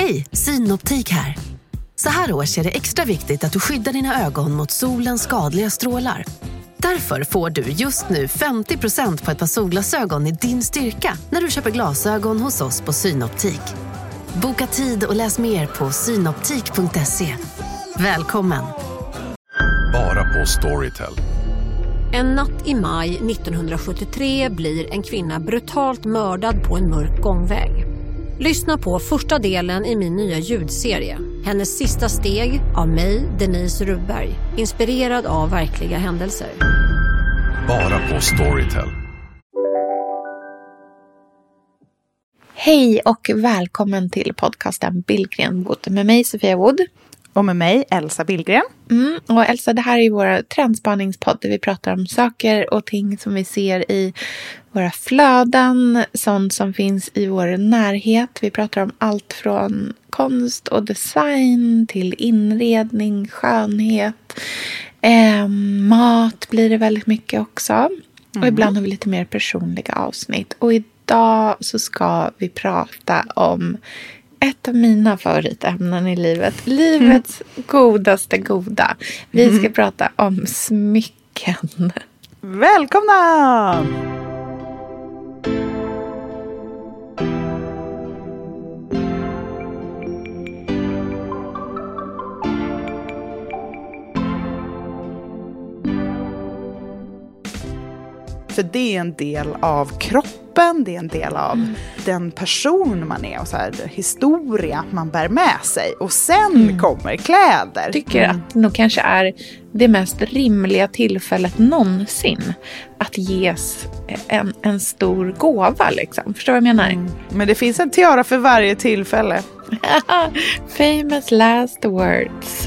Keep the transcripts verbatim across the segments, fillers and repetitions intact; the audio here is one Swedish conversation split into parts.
Hej, Synoptik här. Så här års är det extra viktigt att du skyddar dina ögon mot solens skadliga strålar. Därför får du just nu femtio procent på ett par solglasögon i din styrka när du köper glasögon hos oss på Synoptik. Boka tid och läs mer på synoptik punkt se. Välkommen! Bara på Storytel. En natt i maj nittonhundrasjuttiotre blir en kvinna brutalt mördad på en mörk gångväg. Lyssna på första delen i min nya ljudserie. Hennes sista steg av mig, Denise Rubberg. Inspirerad av verkliga händelser. Bara på Storytel. Hej och välkommen till podcasten Billgren Wood med mig Sofia Wood. Och med mig Elsa Billgren. Mm, och Elsa, det här är ju vår trendspaningspodd där vi pratar om saker och ting som vi ser i våra flöden. Sånt som finns i vår närhet. Vi pratar om allt från konst och design till inredning, skönhet. Eh, mat blir det väldigt mycket också. Mm. Och ibland har vi lite mer personliga avsnitt. Och idag så ska vi prata om ett av mina favoritämnen i livet. Livets mm. godaste goda. Vi ska mm. prata om smycken. Välkomna! För det är en del av kroppen, det är en del av mm. den person man är och så här, historia man bär med sig. Och sen mm. kommer kläder. Jag tycker mm. att det nog kanske är det mest rimliga tillfället någonsin att ges en, en stor gåva. Liksom. Förstår du vad jag menar? Mm. Men det finns en tiara för varje tillfälle. Famous last words.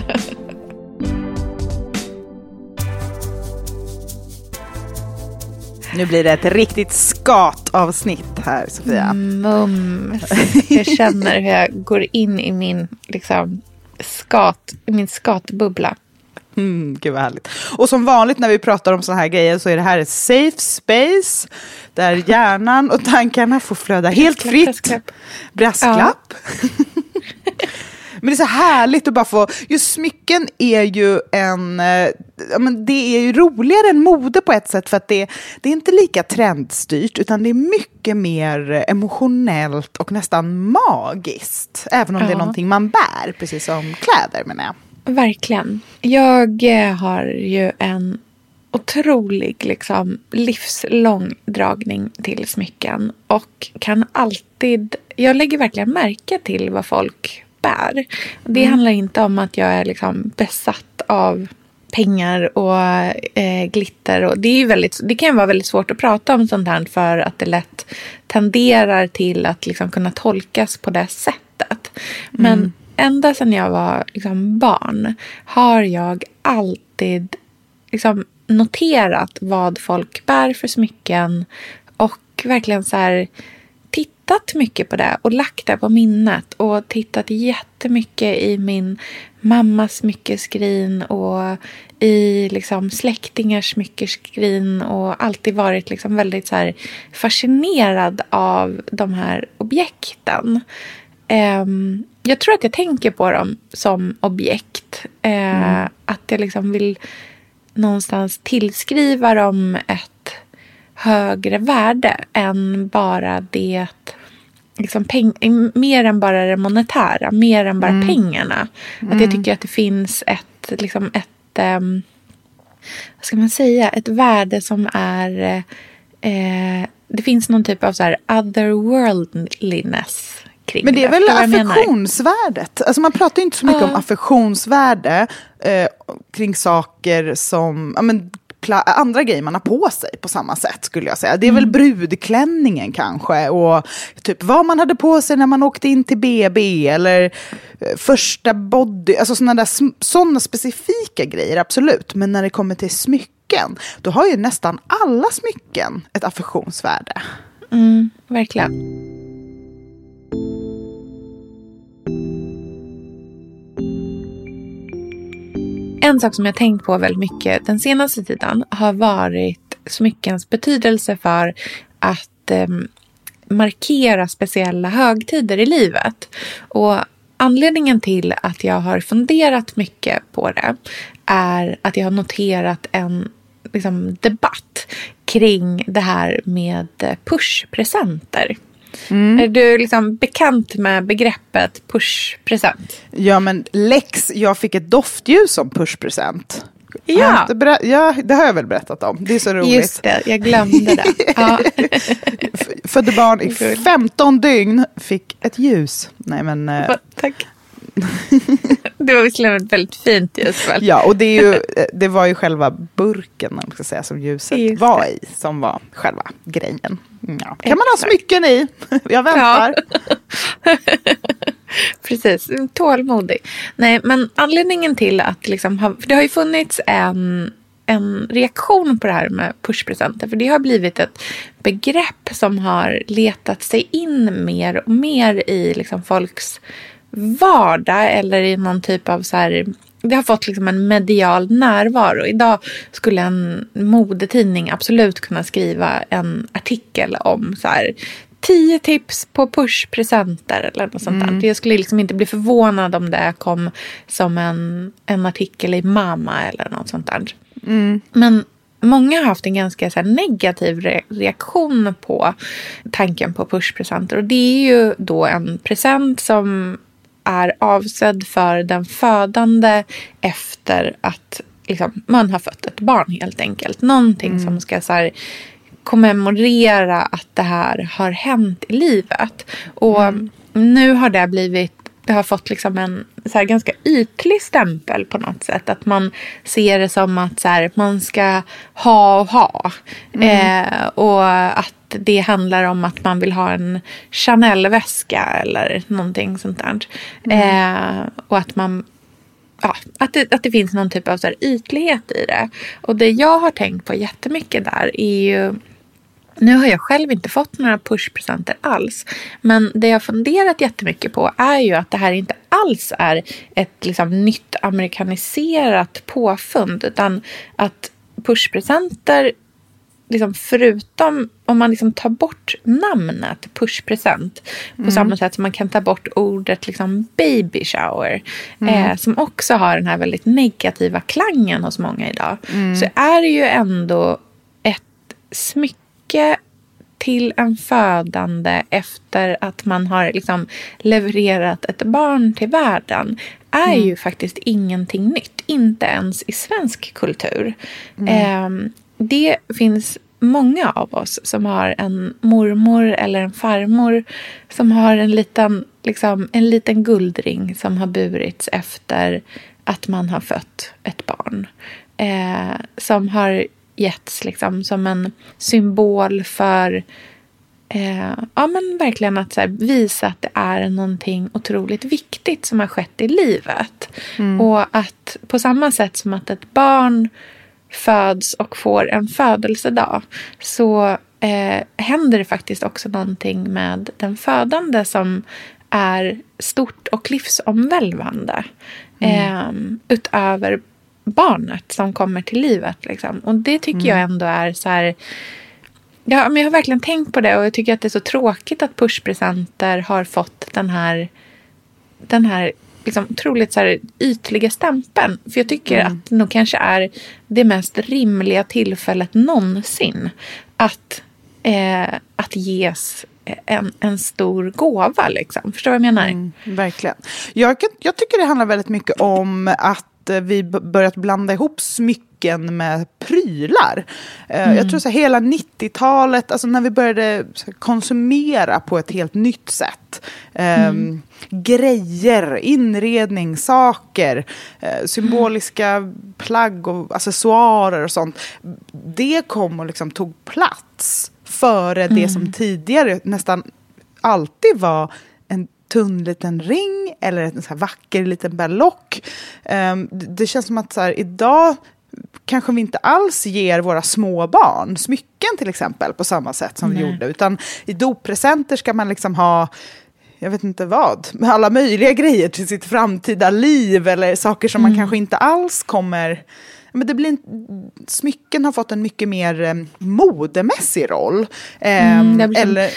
Nu blir det ett riktigt skat-avsnitt här, Sofia. Mums. Jag känner hur jag går in i min, liksom, skat, min skatbubbla. Mm, gud vad härligt. Och som vanligt när vi pratar om såna här grejer så är det här ett safe space där hjärnan och tankarna får flöda helt fritt. Brasklapp. Brasklapp. Ja. Men det är så härligt att bara få, just smycken är ju en, ja men det är ju roligare än mode på ett sätt för att det, det är inte lika trendstyrt utan det är mycket mer emotionellt och nästan magiskt. Även om ja. det är någonting man bär, precis som kläder menar jag. Verkligen. Jag har ju en otrolig liksom, livslång dragning till smycken och kan alltid, jag lägger verkligen märke till vad folk bär. Det mm. handlar inte om att jag är liksom besatt av pengar och eh, glitter. Och det, är ju väldigt, det kan vara väldigt svårt att prata om sånt här för att det lätt tenderar till att liksom kunna tolkas på det sättet. Men mm. ända sedan jag var liksom barn har jag alltid liksom noterat vad folk bär för smycken och verkligen så här tittat mycket på det och lagt det på minnet och tittat jättemycket i min mammas smyckeskrin och i liksom släktingars smyckeskrin och alltid varit liksom väldigt så här fascinerad av de här objekten. Um, jag tror att jag tänker på dem som objekt. Uh, mm. Att jag liksom vill någonstans tillskriva dem ett högre värde än bara det liksom peng- mer än bara det monetära, mer än bara mm. pengarna. Mm. Att jag tycker att det finns ett liksom ett um, vad ska man säga, ett värde som är eh, det finns någon typ av så här otherworldliness kring. Men det är väl affektionsvärdet. Alltså man pratar ju inte så mycket uh. om affektionsvärde eh, kring saker som ja men andra grejer man har på sig på samma sätt skulle jag säga. Det är mm. väl brudklänningen kanske och typ vad man hade på sig när man åkte in till B B eller eh, första body, alltså sådana där sådana specifika grejer absolut, men när det kommer till smycken då har ju nästan alla smycken ett affektionsvärde. Mm, verkligen. En sak som jag tänkt på väldigt mycket den senaste tiden har varit smyckens betydelse för att eh, markera speciella högtider i livet. Och anledningen till att jag har funderat mycket på det är att jag har noterat en liksom, debatt kring det här med pushpresenter. Mm. Är du liksom bekant med begreppet pushpresent? Ja, men Lex, jag fick ett doftljus som pushpresent. Ja. Det, ber- ja, det har jag väl berättat om. Det är så roligt. Just det, jag glömde det. Ja. F- födde barn i femton dygn, fick ett ljus. Nej, men... Eh... Tack. Det var visserligen ett väldigt fint ljus. Väl? Ja, och det, är ju, det var ju själva burken man ska säga, som ljuset Just var det. i, som var själva grejen. Ja. Kan man ha smycken i? Jag väntar. Ja. Precis, tålmodig. Nej, men anledningen till att liksom, för det har ju funnits en, en reaktion på det här med pushpresenter. För det har blivit ett begrepp som har letat sig in mer och mer i liksom folks vardag eller i någon typ av så här, det har fått liksom en medial närvaro. Idag skulle en modetidning absolut kunna skriva en artikel om så här tio tips på pushpresenter eller något sånt mm. där. Jag skulle liksom inte bli förvånad om det kom som en, en artikel i Mamma eller något sånt där. Mm. Men många har haft en ganska så här negativ re- reaktion på tanken på pushpresenter. Och det är ju då en present som är avsedd för den födande efter att liksom, man har fött ett barn helt enkelt. Någonting mm. som ska så här, kommemorera att det här har hänt i livet. Och mm. nu har det blivit, det har fått liksom en så här, ganska ytlig stämpel på något sätt. Att man ser det som att så här, man ska ha och ha. Mm. Eh, och att det handlar om att man vill ha en Chanel-väska eller någonting sånt där. Mm. Eh, och att man ja, att det, att det finns någon typ av så här ytlighet i det. Och det jag har tänkt på jättemycket där är ju, nu har jag själv inte fått några pushpresenter alls. Men det jag har funderat jättemycket på är ju att det här inte alls är ett liksom nytt amerikaniserat påfund. Utan att pushpresenter, liksom förutom om man liksom tar bort namnet pushpresent på mm. samma sätt som man kan ta bort ordet liksom baby shower mm. eh, som också har den här väldigt negativa klangen hos många idag mm. så är det ju ändå ett smycke till en födande efter att man har liksom levererat ett barn till världen är mm. ju faktiskt ingenting nytt, inte ens i svensk kultur. Mm. Eh, Det finns många av oss som har en mormor eller en farmor som har en liten, liksom, en liten guldring som har burits efter att man har fött ett barn. Eh, som har getts liksom, som en symbol för eh, ja, men verkligen att så här, visa att det är någonting otroligt viktigt som har skett i livet. Mm. Och att på samma sätt som att ett barn föds och får en födelsedag så eh, händer det faktiskt också någonting med den födande som är stort och livsomvälvande mm. eh, utöver barnet som kommer till livet liksom. Och det tycker mm. jag ändå är så här, ja, men jag har verkligen tänkt på det och jag tycker att det är så tråkigt att pushpresenter har fått den här den här liksom otroligt så här ytliga stämpeln. För jag tycker mm. att det nog kanske är det mest rimliga tillfället någonsin att, eh, att ges en, en stor gåva. Liksom. Förstår du vad jag menar? Mm, verkligen. Jag, jag tycker det handlar väldigt mycket om att vi börjat blanda ihop smycken med prylar. Mm. Jag tror så här, hela nittiotalet, alltså när vi började konsumera på ett helt nytt sätt. Mm. Um, grejer, inredning, saker, uh, symboliska mm. plagg och accessoarer och sånt. Det kom och liksom tog plats före mm. det som tidigare nästan alltid var en tunn liten ring eller en så här vacker liten berlock. Um, det, det känns som att så här, idag kanske vi inte alls ger våra små barn smycken till exempel på samma sätt som Nej. vi gjorde. Utan i doppresenter ska man liksom ha, jag vet inte vad, alla möjliga grejer till sitt framtida liv eller saker som mm. man kanske inte alls kommer... Men det blir, smycken har fått en mycket mer eh, modemässig roll. Eh, mm, det blir eller...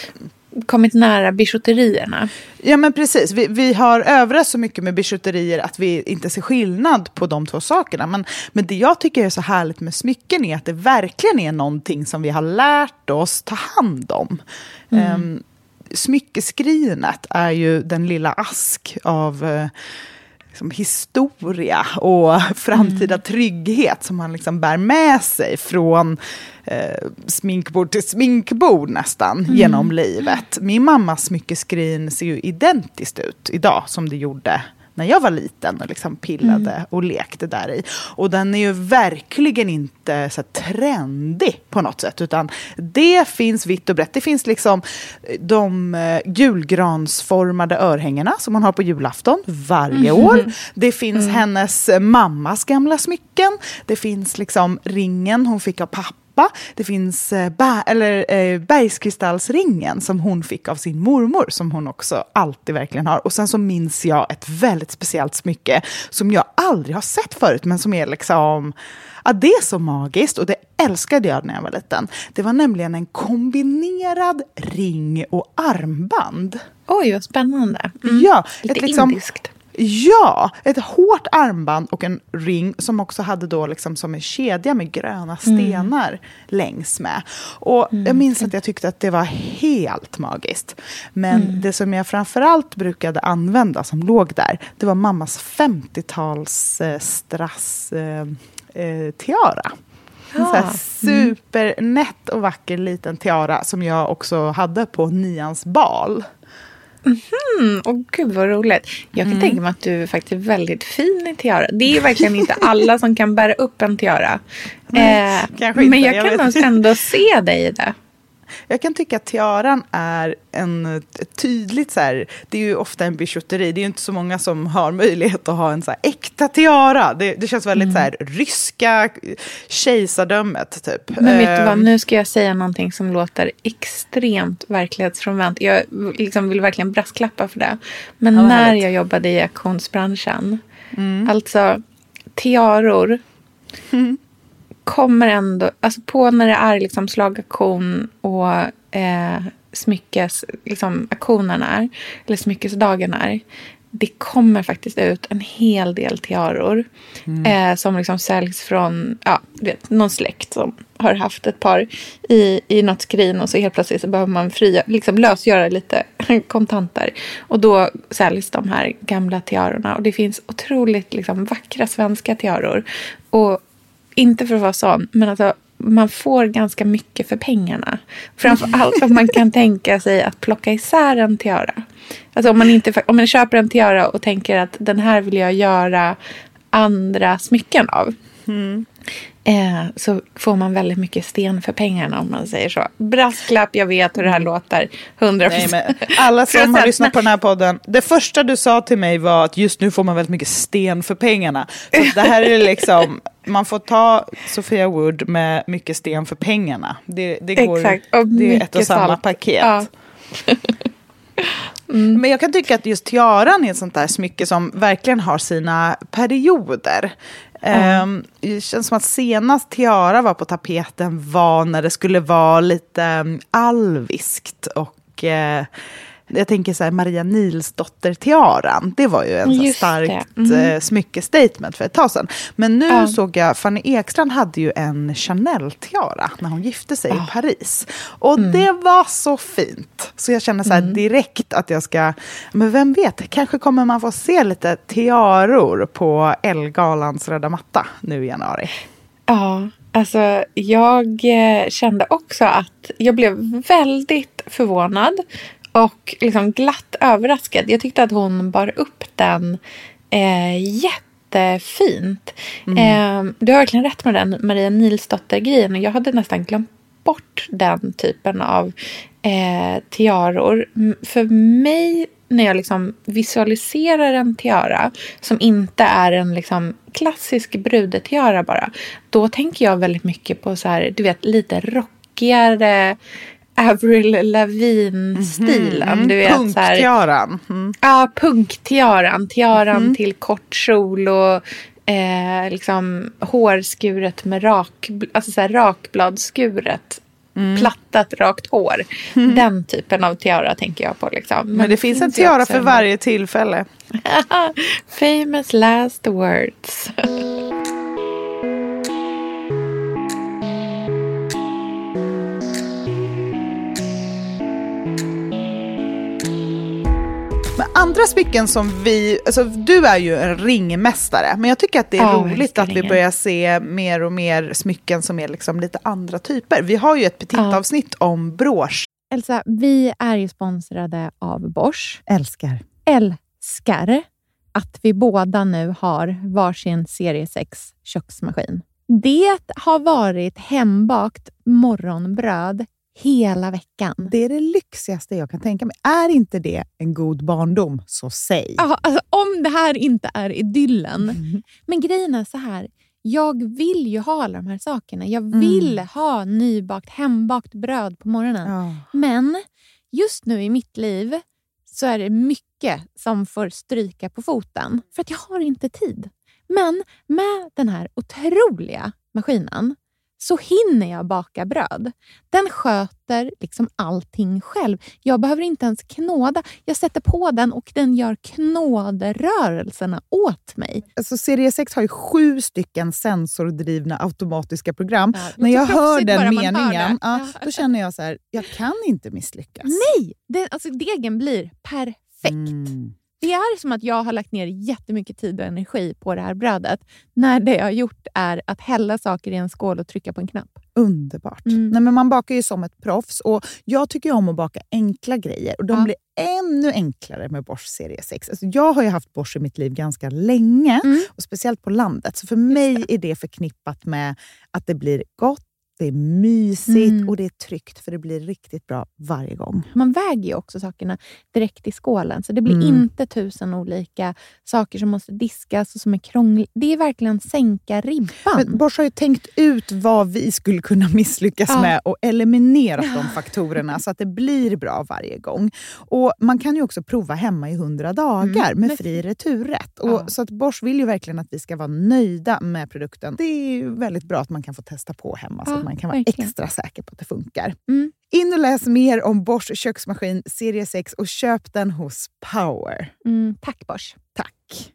kommit nära bijouterierna. Ja men precis, vi, vi har övat så mycket med bijouterier att vi inte ser skillnad på de två sakerna. Men, men det jag tycker är så härligt med smycken är att det verkligen är någonting som vi har lärt oss ta hand om. Mm. Um, smyckeskrinet är ju den lilla ask av uh, liksom historia och framtida mm. trygghet som man liksom bär med sig från eh, sminkbord till sminkbord nästan mm. genom livet. Min mammas smyckeskrin ser ju identiskt ut idag som det gjorde när jag var liten och liksom pillade mm. och lekte där i. Och den är ju verkligen inte så här trendig på något sätt, utan det finns vitt och brett. Det finns liksom de eh, julgransformade örhängena som man har på julafton varje mm. år. Det finns mm. hennes mammas gamla smycken. Det finns liksom ringen hon fick av pappa. Det finns eh, bä- eller, eh, bergskristallsringen som hon fick av sin mormor, som hon också alltid verkligen har. Och sen så minns jag ett väldigt speciellt smycke som jag aldrig har sett förut, men som är liksom, ja, det är så magiskt och det älskade jag när jag var liten. Det var nämligen en kombinerad ring och armband. Oj, vad spännande. Mm. Ja, lite ett liksom, indiskt. Ja, ett hårt armband och en ring som också hade då liksom som en kedja med gröna stenar mm. längs med. Och mm. jag minns att jag tyckte att det var helt magiskt. Men mm. det som jag framförallt brukade använda som låg där, det var mammas femtiotals eh, strass eh, eh, tiara. En så här supernätt och vacker liten tiara som jag också hade på nians bal. Mm, och gud vad roligt. Jag kan mm. tänka mig att du är faktiskt väldigt fin i tiara. Det är verkligen inte alla som kan bära upp en tiara. Nej, eh, kanske inte, men jag, jag kan nog ändå se dig i det. Jag kan tycka att tiaran är en tydligt så här, det är ju ofta en bijouteri. Det är ju inte så många som har möjlighet att ha en så här äkta tiara. Det, det känns väldigt mm. så här ryska kejsardömet typ. Men vet du vad, nu ska jag säga någonting som låter extremt verklighetsfrånvänt. Jag liksom vill verkligen brasklappa för det. Men ja, när härligt. Jag jobbade i auktionsbranschen, mm. alltså tiaror mm. kommer ändå, alltså på när det är liksom slagaktion och eh, smyckes, liksom aktionerna är, eller smyckesdagarna är, det kommer faktiskt ut en hel del tiaror mm. eh, som liksom säljs från, ja, du vet, någon släkt som har haft ett par i, i något skrin, och så helt plötsligt så behöver man fria, liksom lösgöra lite kontanter, och då säljs de här gamla tiarorna, och det finns otroligt liksom vackra svenska tiaror, och inte för att vara sån, men alltså man får ganska mycket för pengarna. Framförallt om man kan tänka sig att plocka isär en tiara. Alltså om man, inte, om man köper en tiara och tänker att den här vill jag göra andra smycken av. Mm. Eh, så får man väldigt mycket sten för pengarna, om man säger så. Brasklapp, jag vet hur det här låter. hundra procent. Nej, men alla som har lyssnat på den här podden, det första du sa till mig var att just nu får man väldigt mycket sten för pengarna. Så det här är liksom, man får ta Sofia Wood med mycket sten för pengarna. Det, det, går, Exakt. Och det är ett och samma salt. Paket. Ja. Mm. Men jag kan tycka att just tiaran är ett sånt där smycke som verkligen har sina perioder. Mm. Um, det känns som att senast tiara var på tapeten var när det skulle vara lite um, alviskt, och uh, jag tänker så här, Maria Nilsdotter tiaran, det var ju en så starkt mm. uh, smyckestatement för ett tag sedan. Men nu mm. såg jag, Fanny Ekstrand hade ju en Chanel-tiara när hon gifte sig oh. i Paris. Och mm. det var så fint. Så jag känner så här mm. direkt att jag ska, men vem vet, kanske kommer man få se lite tiaror på Ellegalans röda matta nu i januari. Ja, alltså jag kände också att jag blev väldigt förvånad och liksom glatt överraskad. Jag tyckte att hon bar upp den eh, jättefint. Mm. Eh, du har verkligen rätt med den Maria Nilsdotter-grejen. Och jag hade nästan glömt bort den typen av eh, tiaror. För mig, när jag liksom visualiserar en tiara som inte är en liksom klassisk brudetiara bara, då tänker jag väldigt mycket på så här, du vet, lite rockigare Avril Lavigne-stilen. Mm-hmm. Du vet, punktiaran. Mm. Ja, punktiaran. Tiaran mm. till kort kjol och eh, liksom hårskuret med rak, alltså så här rakbladskuret mm. plattat rakt hår. Mm. Den typen av tiara tänker jag på. Liksom. Men, Men det, det finns, finns en tiara för varje tillfälle. Famous last words. Andra smycken som vi, alltså du är ju en ringmästare, men jag tycker att det är oh, roligt att ringen. Vi börjar se mer och mer smycken som är liksom lite andra typer. Vi har ju ett petitavsnitt oh. om brosch. Elsa, vi är ju sponsrade av Bosch. Älskar. Älskar att vi båda nu har varsin serie sex köksmaskin. Det har varit hembakt morgonbröd hela veckan. Det är det lyxigaste jag kan tänka mig. Är inte det en god barndom, så säg. Ja, alltså, om det här inte är idyllen. Mm. Men grejen är så här. Jag vill ju ha alla de här sakerna. Jag vill mm. ha nybakt, hembakt bröd på morgonen. Oh. Men just nu i mitt liv så är det mycket som får stryka på foten. För att jag har inte tid. Men med den här otroliga maskinen så hinner jag baka bröd. Den sköter liksom allting själv. Jag behöver inte ens knåda. Jag sätter på den och den gör knåderörelserna åt mig. Alltså serie sex har ju sju stycken sensordrivna automatiska program. Ja, när jag hör den meningen, hör ja, då känner jag så här, jag kan inte misslyckas. Nej, det, alltså degen blir perfekt. Mm. Det är som att jag har lagt ner jättemycket tid och energi på det här brödet. När det jag har gjort är att hälla saker i en skål och trycka på en knapp. Underbart. Mm. Nej, men man bakar ju som ett proffs. Och jag tycker om att baka enkla grejer. Och de ja. blir ännu enklare med Bosch serie sex. Alltså jag har ju haft Bosch i mitt liv ganska länge. Mm. Och speciellt på landet. Så för mig det. är det förknippat med att det blir gott. Det är mysigt mm. och det är tryggt, för det blir riktigt bra varje gång. Man väger ju också sakerna direkt i skålen. Så det blir mm. inte tusen olika saker som måste diskas och som är krångligt. Det är verkligen sänka ribban. Men Bosch har ju tänkt ut vad vi skulle kunna misslyckas ja. med och eliminerat de faktorerna så att det blir bra varje gång. Och man kan ju också prova hemma i hundra dagar mm. med fri returrätt. Och ja. Så att Bosch vill ju verkligen att vi ska vara nöjda med produkten. Det är ju väldigt bra att man kan få testa på hemma så ja. att man kan vara Verkligen. extra säker på att det funkar. Mm. In och läs mer om Bosch köksmaskin serie sex och köp den hos Power. Mm, tack Bosch. Tack.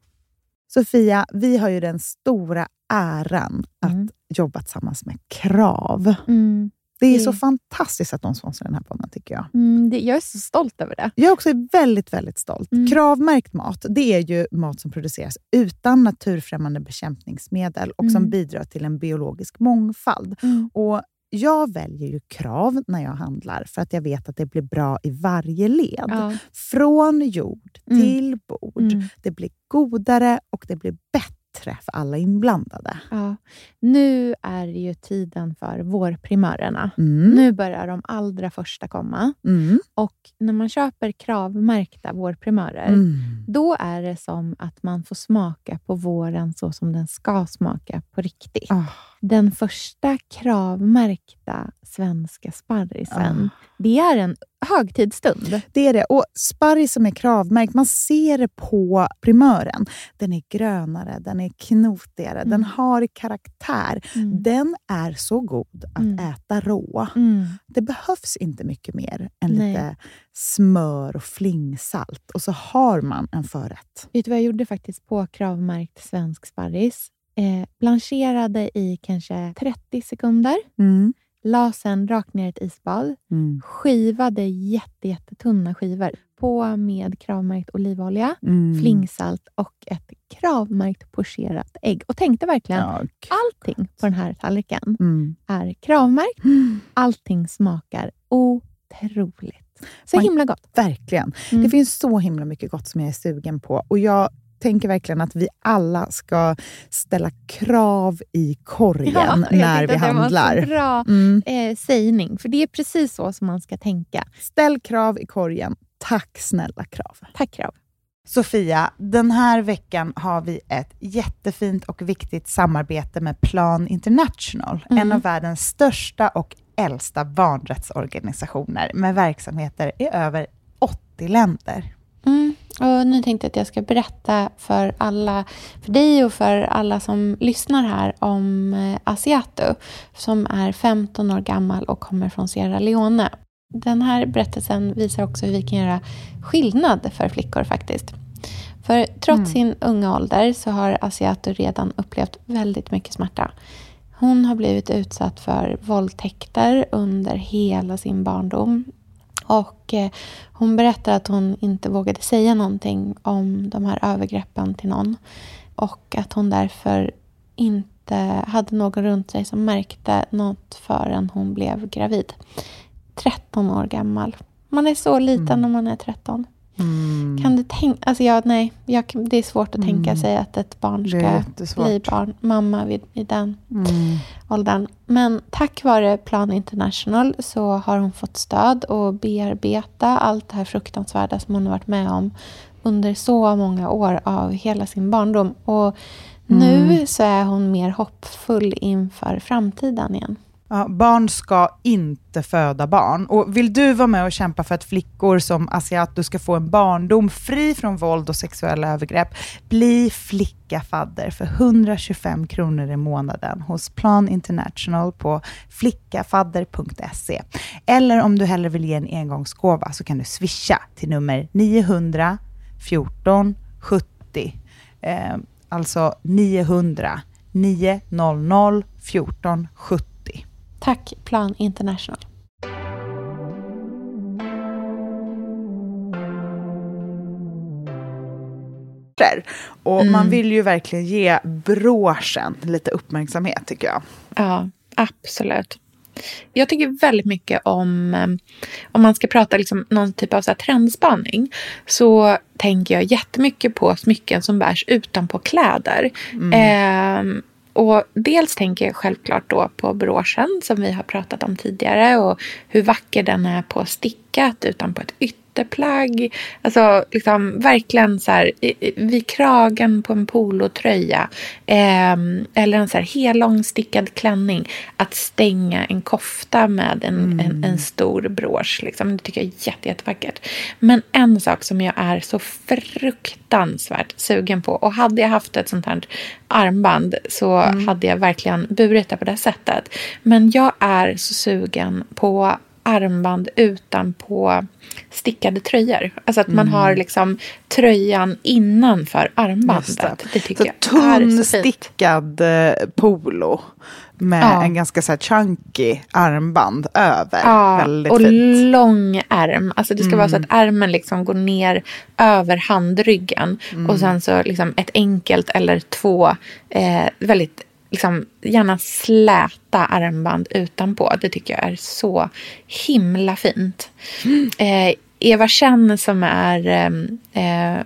Sofia, vi har ju den stora äran mm. att jobba tillsammans med Krav. Mm. Det är det... så fantastiskt att de sponsrar den här podden, tycker jag. Mm, det, jag är så stolt över det. Jag är också väldigt, väldigt stolt. Mm. Kravmärkt mat, det är ju mat som produceras utan naturfrämmande bekämpningsmedel och mm. som bidrar till en biologisk mångfald. Mm. Och jag väljer ju Krav när jag handlar för att jag vet att det blir bra i varje led. Ja. Från jord mm. till bord. Mm. Det blir godare och det blir bättre för alla inblandade. Ja. Nu är det ju tiden för vårprimörerna. Mm. Nu börjar de allra första komma. Mm. Och när man köper kravmärkta vårprimörer, mm. då är det som att man får smaka på våren så som den ska smaka på riktigt. Oh. Den första kravmärkta svenska sparrisen, oh. det är en högtidsstund. Det är det. Och sparris som är kravmärkt, man ser det på primören. Den är grönare, den är knotigare, mm. den har karaktär. Mm. Den är så god att mm. äta rå. Mm. Det behövs inte mycket mer än Nej. lite smör och flingsalt. Och så har man en förrätt. Vet du vad jag gjorde faktiskt på kravmärkt svensk sparris? Eh, blancherade i kanske trettio sekunder. Mm. La sen rakt ner ett isbad. Mm. Skivade jätte, jättetunna skivor. På med kravmärkt olivolja, mm. flingsalt och ett kravmärkt pocherat ägg. Och tänkte verkligen, ja, allting på den här tallriken mm. är kravmärkt. Mm. Allting smakar otroligt. Så Man, himla gott. Verkligen. Mm. Det finns så himla mycket gott som jag är sugen på. Och jag tänker verkligen att vi alla ska ställa krav i korgen ja, när vi handlar. Det var en bra mm. eh, sägning. För det är precis så som man ska tänka. Ställ krav i korgen. Tack snälla Krav. Tack Krav. Sofia, den här veckan har vi ett jättefint och viktigt samarbete med Plan International. Mm. En av världens största och äldsta barnrättsorganisationer med verksamheter i över åttio länder. Mm. Och nu tänkte jag att jag ska berätta för alla, för dig och för alla som lyssnar här om Assiato som är femton år gammal och kommer från Sierra Leone. Den här berättelsen visar också hur vi kan göra skillnad för flickor faktiskt. För trots mm. sin unga ålder så har Assiato redan upplevt väldigt mycket smärta. Hon har blivit utsatt för våldtäkter under hela sin barndom. Och eh, hon berättar att hon inte vågade säga någonting om de här övergreppen till någon. Och att hon därför inte hade någon runt sig som märkte något förrän hon blev gravid. tretton år gammal. Man är så liten mm. när man är tretton. Mm. Kan du tänka, alltså jag, nej, jag, det är svårt att mm. tänka sig att ett barn ska bli barn, mamma vid, i den mm. åldern. Men tack vare Plan International så har hon fått stöd och bearbeta allt det här fruktansvärda som hon har varit med om under så många år av hela sin barndom. Och mm. nu så är hon mer hoppfull inför framtiden igen. Ja, barn ska inte föda barn. Och vill du vara med och kämpa för att flickor som Assiato ska få en barndom fri från våld och sexuella övergrepp, bli flickafadder för hundratjugofem kronor i månaden hos Plan International på flickafadder punkt se. Eller om du hellre vill ge en engångsgåva så kan du swisha till nummer niohundra fjorton sjuttio. Eh, alltså niohundra niohundra fjorton sjuttio. Tack Plan International. Och mm. man vill ju verkligen ge broschen lite uppmärksamhet tycker jag. Ja, absolut. Jag tycker väldigt mycket om, om man ska prata liksom någon typ av så här trendspaning, så tänker jag jättemycket på smycken som bärs utanpå kläder. Mm. Eh, Och dels tänker jag självklart då på broschen som vi har pratat om tidigare och hur vacker den är på stickat utan på ett ytterplagg. Alltså liksom verkligen så här vid kragen på en polotröja eh, eller en så här hellång stickad klänning, att stänga en kofta med en, mm. en, en stor brosch. Liksom. Det tycker jag är jätte, jättevackert. Men en sak som jag är så fruktansvärt sugen på, och hade jag haft ett sånt här armband så mm. hade jag verkligen burit det på det sättet. Men jag är så sugen på armband utan på stickade tröjor. Alltså att man mm. har liksom tröjan innanför armbandet. Det. det tycker så jag är så stickad polo med ja. en ganska så här chunky armband över. Ja, väldigt och fint. Lång ärm. Alltså det ska mm. vara så att ärmen liksom går ner över handryggen mm. och sen så liksom ett enkelt eller två eh, väldigt liksom gärna släta armband utanpå. Det tycker jag är så himla fint. Mm. Eh, Eva Chen som är eh,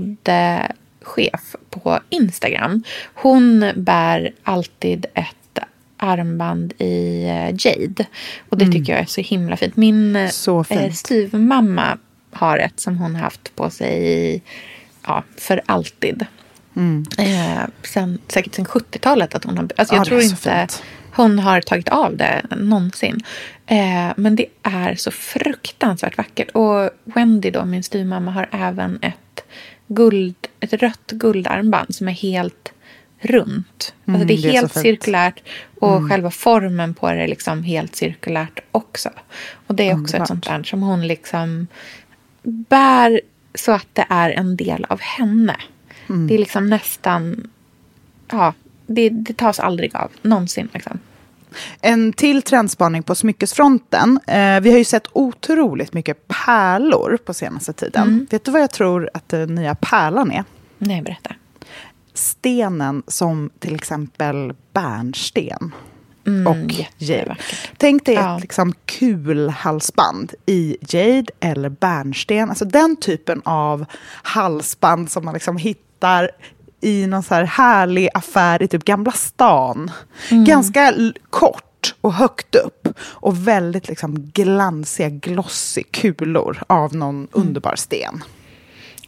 modechef på Instagram, hon bär alltid ett armband i Jade. Och det mm. tycker jag är så himla fint. Min så fint. Eh, styvmamma har ett som hon haft på sig ja, för alltid. Mm. Eh, sen, säkert sen sjuttiotalet att hon har, alltså jag ja, tror inte fint. Hon har tagit av det någonsin. Eh, men det är så fruktansvärt vackert. Och Wendy då, min styvmamma, har även ett guld, ett rött guldarmband som är helt runt. Mm, alltså det är det helt är cirkulärt och mm. själva formen på det är liksom helt cirkulärt också. Och det är också mm, ett sånt där som hon liksom bär så att det är en del av henne. Mm. Det är liksom nästan, ja, det, det tas aldrig av, någonsin liksom. En till trendspaning på smyckesfronten. Eh, vi har ju sett otroligt mycket pärlor på senaste tiden. Mm. Vet du vad jag tror att den nya pärlan är? Nej, berätta. Stenen som till exempel bärnsten. Mm, och jade. Tänk dig ja. ett liksom kulhalsband i jade eller bärnsten. Alltså den typen av halsband som man liksom hittar i någon så här härlig affär i typ Gamla stan. Mm. Ganska l- kort och högt upp. Och väldigt liksom glansiga, glossy kulor av någon mm. underbar sten.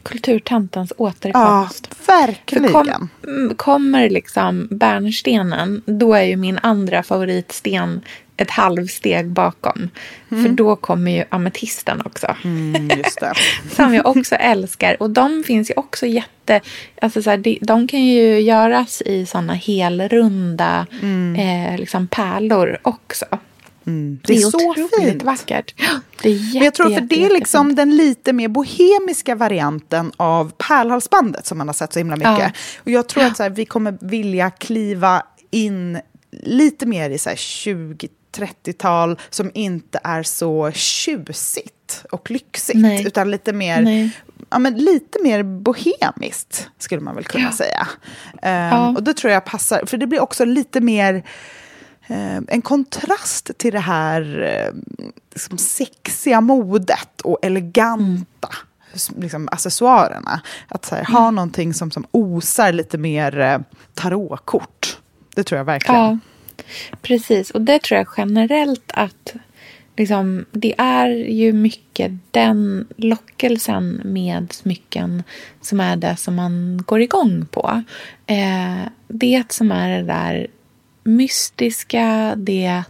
kulturtantans återkomst. Ja, verkligen. Kom, kommer liksom bärnstenen, då är ju min andra favoritsten ett halvsteg bakom. Mm. För då kommer ju ametisten också. Mm, just det. Som jag också älskar. Och de finns ju också jätte... Alltså så här, de, de kan ju göras i såna helrunda mm. eh, liksom pärlor också. Mm. Det, är det är så fint. Vackert. Det är jätte, Men jag tror för jätte, det är liksom den lite mer bohemiska varianten av pärlhalsbandet som man har sett så himla mycket. Ja. Och jag tror att så här, vi kommer vilja kliva in lite mer i så här tjugo-trettiotal som inte är så tjusigt och lyxigt. Nej. Utan lite mer, ja, men lite mer bohemiskt skulle man väl kunna ja. säga. Um, ja. Och det tror jag passar, för det blir också lite mer en kontrast till det här liksom sexiga modet och eleganta mm. liksom, accessoarerna. Att så här, mm. ha någonting som, som osar lite mer tarotkort. Det tror jag verkligen. Ja, precis. Och det tror jag generellt att liksom, det är ju mycket den lockelsen med smycken som är det som man går igång på. Eh, det som är det där mystiska, det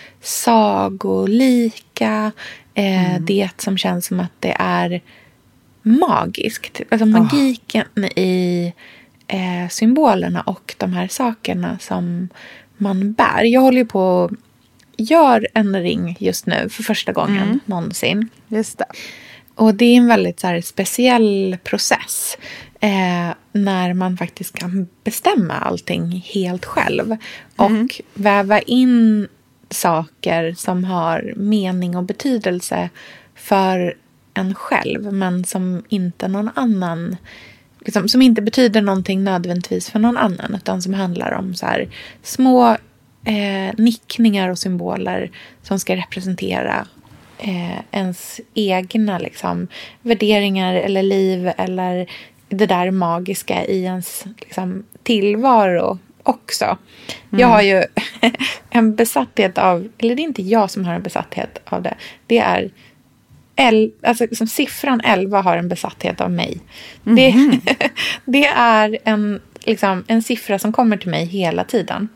sagolika, eh, mm. det som känns som att det är magiskt. Alltså magiken oh. i eh, symbolerna och de här sakerna som man bär. Jag håller ju på att göra en ring just nu för första gången mm. någonsin. Just det. Och det är en väldigt så här, speciell process. Eh, när man faktiskt kan bestämma allting helt själv. Mm. Och väva in saker som har mening och betydelse för en själv. Men som inte någon annan... Liksom, som inte betyder någonting nödvändigtvis för någon annan. Utan som handlar om så här, små eh, nickningar och symboler som ska representera eh, ens egna liksom, värderingar eller liv eller det där magiska i ens liksom, tillvaro också. Mm. Jag har ju en besatthet av, eller det är inte jag som har en besatthet av det. Det är, el, alltså liksom, siffran elva har en besatthet av mig. Mm. Det, det är en, liksom, en siffra som kommer till mig hela tiden.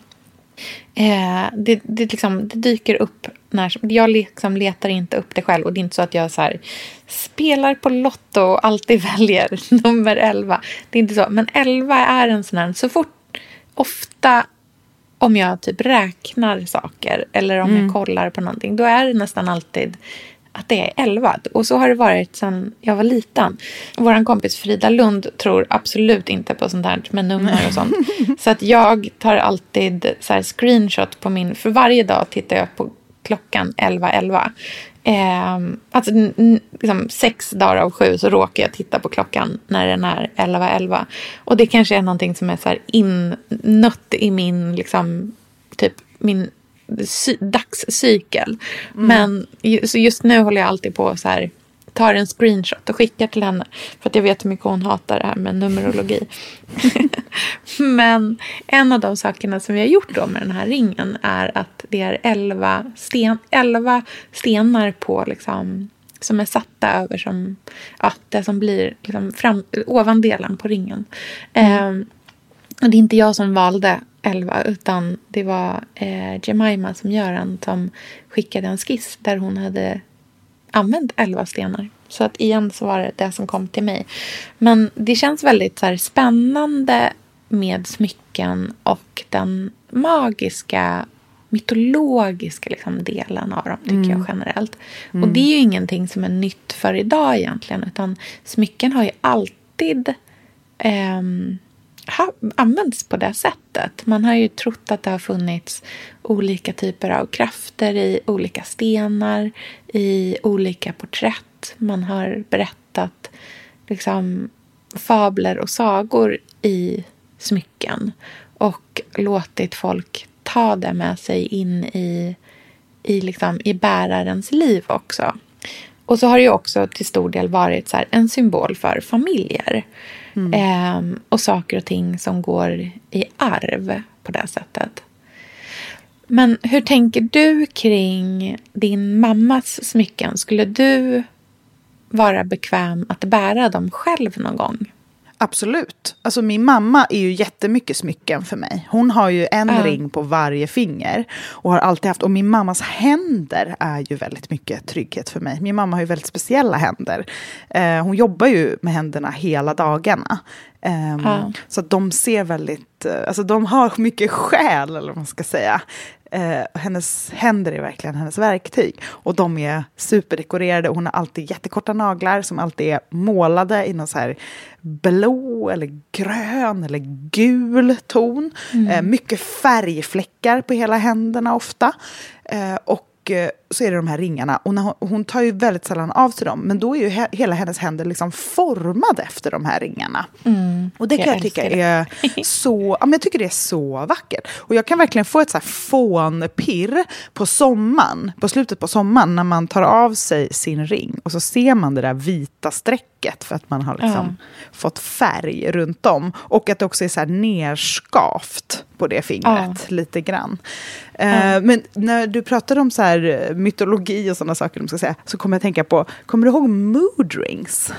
Eh, det, det, liksom, det dyker upp när jag liksom letar inte upp det själv och det är inte så att jag så här, spelar på lotto och alltid väljer nummer elva. Det är inte så, men elva är en sån här, så fort ofta om jag typ räknar saker eller om mm. jag kollar på någonting, då är det nästan alltid att det är elva. Och så har det varit sedan jag var liten. Vår kompis Frida Lund tror absolut inte på sånt här med nummer och sånt. Så att jag tar alltid så här screenshot på min... För varje dag tittar jag på klockan elva elva. Eh, alltså n- liksom sex dagar av sju så råkar jag titta på klockan när den är elva elva. Och det kanske är någonting som är så här innött i min liksom typ min sy- dagscykel. Mm. Men så just nu håller jag alltid på så här, tar en screenshot och skickar till henne för att jag vet hur mycket hon hatar det här med numerologi. Men en av de sakerna som vi har gjort då med den här ringen är att det är elva, sten, elva stenar på liksom, som är satta över som, ja, det som blir liksom fram, ovan delen på ringen. Mm. Eh, och det är inte jag som valde elva utan det var eh, Jemima som gör en som skickade en skiss där hon hade använt elva stenar. Så att igen så var det det som kom till mig. Men det känns väldigt så här, spännande med smycken och den magiska, mytologiska liksom, delen av dem tycker mm. jag generellt. Mm. Och det är ju ingenting som är nytt för idag egentligen. Utan smycken har ju alltid eh, ha, använts på det sättet. Man har ju trott att det har funnits olika typer av krafter i olika stenar, i olika porträtt. Man har berättat liksom, fabler och sagor i smycken och låtit folk ta det med sig in i, i, liksom, i bärarens liv också. Och så har det ju också till stor del varit så här, en symbol för familjer. Mm. Eh, och saker och ting som går i arv på det sättet. Men hur tänker du kring din mammas smycken? Skulle du vara bekväm att bära dem själv någon gång. Absolut. Alltså min mamma är ju jättemycket smycken för mig. Hon har ju en uh. ring på varje finger. Och har alltid haft. Och min mammas händer är ju väldigt mycket trygghet för mig. Min mamma har ju väldigt speciella händer. Eh, hon jobbar ju med händerna hela dagarna. Um, uh. Så att de ser väldigt, uh, alltså de har mycket själ, eller vad man ska säga. Uh, hennes händer är verkligen hennes verktyg. Och de är superdekorerade. Och hon har alltid jättekorta naglar som alltid är målade i någon så här blå eller grön eller gul ton. Mm. Uh, mycket färgfläckar på hela händerna ofta. Uh, och så är det de här ringarna. Och när hon, hon tar ju väldigt sällan av sig dem. Men då är ju he, hela hennes händer liksom formade efter de här ringarna. Mm, och det kan jag, jag tycka det. är så... Ja, men jag tycker det är så vackert. Och jag kan verkligen få ett så här fånpirr på sommaren. På slutet på sommaren när man tar av sig sin ring. Och så ser man det där vita strecket. För att man har liksom mm. fått färg runt om. Och att det också är så här nerskavt på det fingret. Mm. Lite grann. Mm. Uh, men när du pratade om så här mytologi och sådana saker, de ska säga, så kommer jag tänka på, kommer du ihåg mood rings?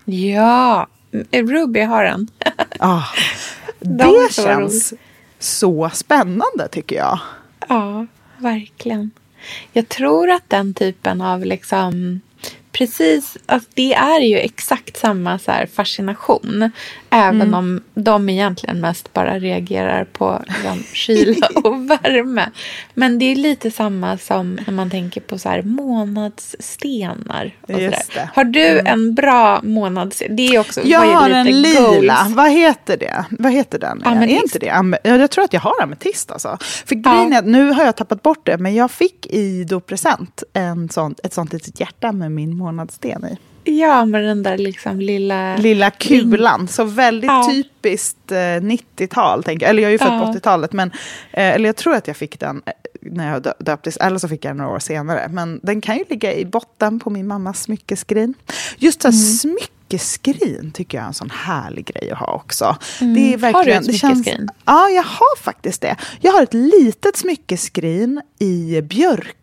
Ja, Ruby har en. ah, det så känns roligt. Så spännande tycker jag. Ja, verkligen. Jag tror att den typen av liksom precis, alltså det är ju exakt samma så här fascination. Även mm. om de egentligen mest bara reagerar på liksom, kyla och värme. Men det är lite samma som när man tänker på så här månadsstenar. Och Just det. Har du mm. en bra månadssten? Det är också, jag har en lila. Goals. Vad heter det? Vad heter den? Ametist. Är inte det? Am- jag tror att jag har ametist alltså. För grejen är att nu har jag tappat bort det. Men jag fick i då present en sån, ett sånt litet hjärta med min månadssten i. Ja, med den där liksom lilla... Lilla kulan. Så väldigt ja. typiskt eh, nittiotal, tänker jag. Eller jag är ju född ja. på åttiotalet. Men, eh, eller jag tror att jag fick den när jag dö- döptes. Eller så fick jag några år senare. Men den kan ju ligga i botten på min mammas smyckeskrin. Just så här, mm. smyckeskrin tycker jag är en sån härlig grej att ha också. Mm. Det är verkligen, har du ett smyckeskrin? Känns, ja, jag har faktiskt det. Jag har ett litet smyckeskrin i björk.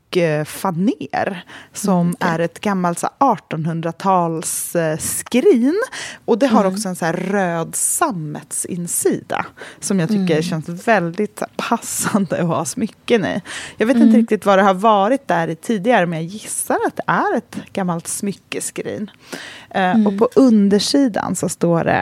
Faner som mm, är ett gammalt artonhundratals skrin, och det har mm. också en så här röd sammetsinsida som jag tycker mm. känns väldigt passande att ha smycken i. Jag vet mm. inte riktigt vad det har varit där i tidigare, men jag gissar att det är ett gammalt smyckeskrin. Mm. Och på undersidan så står det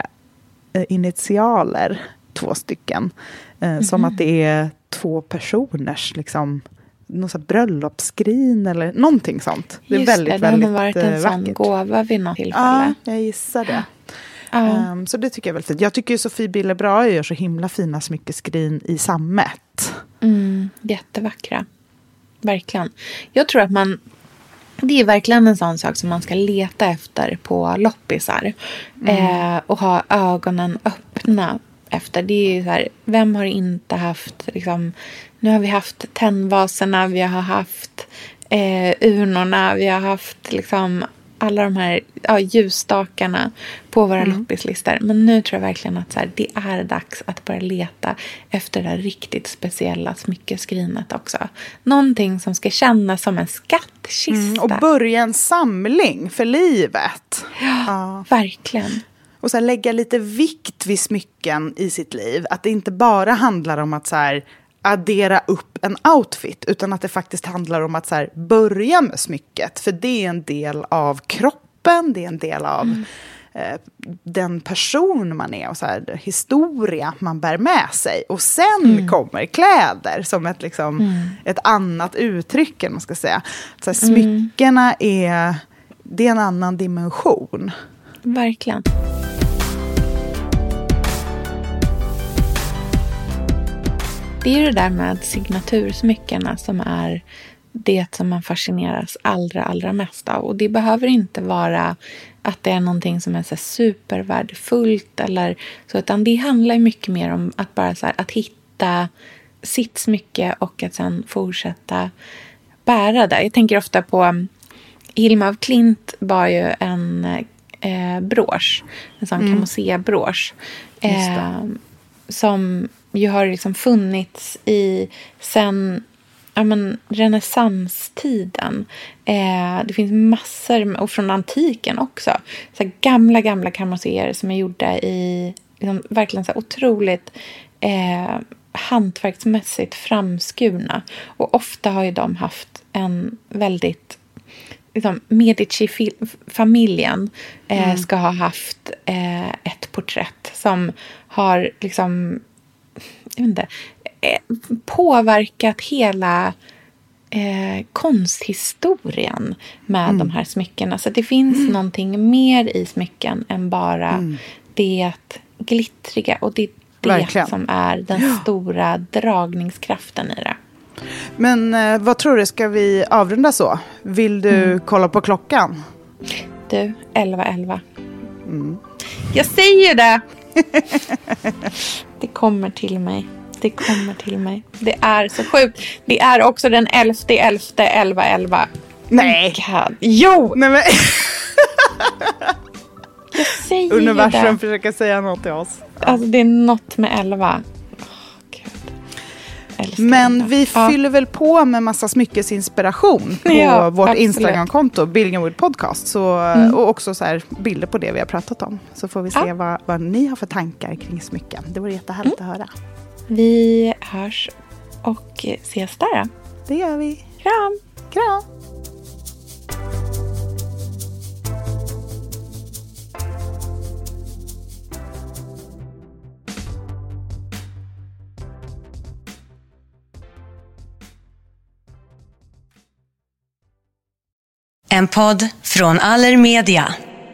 initialer, två stycken, mm. som att det är två personers liksom någon sån bröllopsskrin eller någonting sånt. Det är Just väldigt, det, väldigt det har varit en vackert. Sån gåva vid något tillfälle. Ja, jag gissar det. Ja. Um, så det tycker jag är väldigt fint. Jag tycker ju Sofie Billebrand gör så himla fina smyckeskrin i sammet. Mm, jättevackra. Verkligen. Jag tror att man... Det är verkligen en sån sak som man ska leta efter på loppisar. Mm. Eh, och ha ögonen öppna efter. Det är ju så här, vem har inte haft liksom, nu har vi haft tändvaserna, vi har haft eh, urnorna, vi har haft liksom alla de här ja, ljusstakarna på våra mm. loppislistor. Men nu tror jag verkligen att så här, det är dags att börja leta efter det här riktigt speciella smyckeskrinet också. Någonting som ska kännas som en skattkista. Mm, och börja en samling för livet. Ja, ja. Verkligen. Och så här, lägga lite vikt vid smycken i sitt liv. Att det inte bara handlar om att så här, addera upp en outfit. Utan att det faktiskt handlar om att så här, börja med smycket. För det är en del av kroppen. Det är en del av mm. eh, den person man är. Och så här, historia man bär med sig. Och sen mm. kommer kläder som ett, liksom, mm. ett annat uttryck. Man ska säga. Så här, smyckena är, det är en annan dimension. Verkligen. Det är det där med signatursmyckena som är det som man fascineras allra, allra mest av. Och det behöver inte vara att det är någonting som är så supervärdefullt eller så, utan det handlar mycket mer om att bara så här, att hitta sitt smycke och att sen fortsätta bära det. Jag tänker ofta på Hilma af Klint var ju en eh, brosch, en sån mm. kamossé-brosch eh, som ju har liksom funnits i sen ja, men, renässanstiden. Eh, det finns massor, och från antiken också. Så här gamla, gamla karmoséer som är gjorda i liksom, verkligen så här otroligt eh, hantverksmässigt framskurna. Och ofta har ju de haft en väldigt... Liksom, Medici-familjen eh, mm. ska ha haft eh, ett porträtt som har liksom... Jag vet inte, påverkat hela eh, konsthistorien med mm. de här smyckena. Så det finns mm. någonting mer i smycken än bara mm. det glittriga. Och det är det Verkligen. Som är den ja. Stora dragningskraften i det. Men eh, vad tror du, ska vi avrunda så? Vill du mm. kolla på klockan? Du, elva elva. Mm. Jag säger det! Det kommer till mig. Det kommer till mig. Det är så sjukt. Det är också den elfte elfte elva elva. Nej. God. Jo! Nej, men... Jag säger Universum det. försöker säga något till oss. Alltså det är något med elva. Men vi ja. fyller väl på med massa smyckesinspiration på ja, vårt absolut. Instagramkonto Billingwood Podcast. Så, mm. Och också så här bilder på det vi har pratat om. Så får vi se ja. vad, vad ni har för tankar kring smycken. Det vore jättehärligt mm. att höra. Vi hörs och ses där. Det gör vi. Kram. Kram. En podd från Allermedia.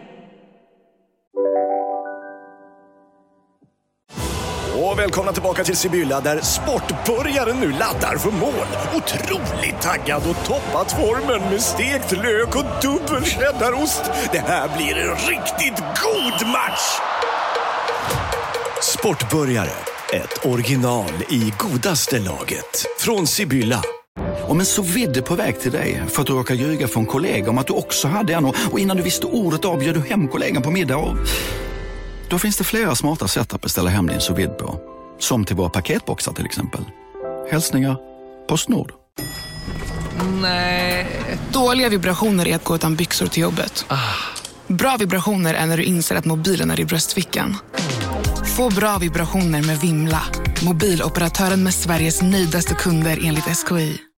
Och välkomna tillbaka till Sibylla där sportbörjaren nu laddar för mål. Otroligt taggad och toppat formen med stekt lök och dubbel cheddarost. Det här blir en riktigt god match. Sportbörjare, ett original i godaste laget. Från Sibylla. Om en sous vide på väg till dig för att du råkar ljuga för en kollega om att du också hade en, och innan du visste ordet av bjöd du hem kollegan på middag. Och då finns det flera smarta sätt att beställa hem din sous vide på. Som till våra paketboxar till exempel. Hälsningar Postnord. Nej. Dåliga vibrationer är att gå utan byxor till jobbet. Ah. Bra vibrationer är när du inser att mobilen är i bröstfickan. Få bra vibrationer med Vimla. Mobiloperatören med Sveriges nöjdaste kunder enligt S K I.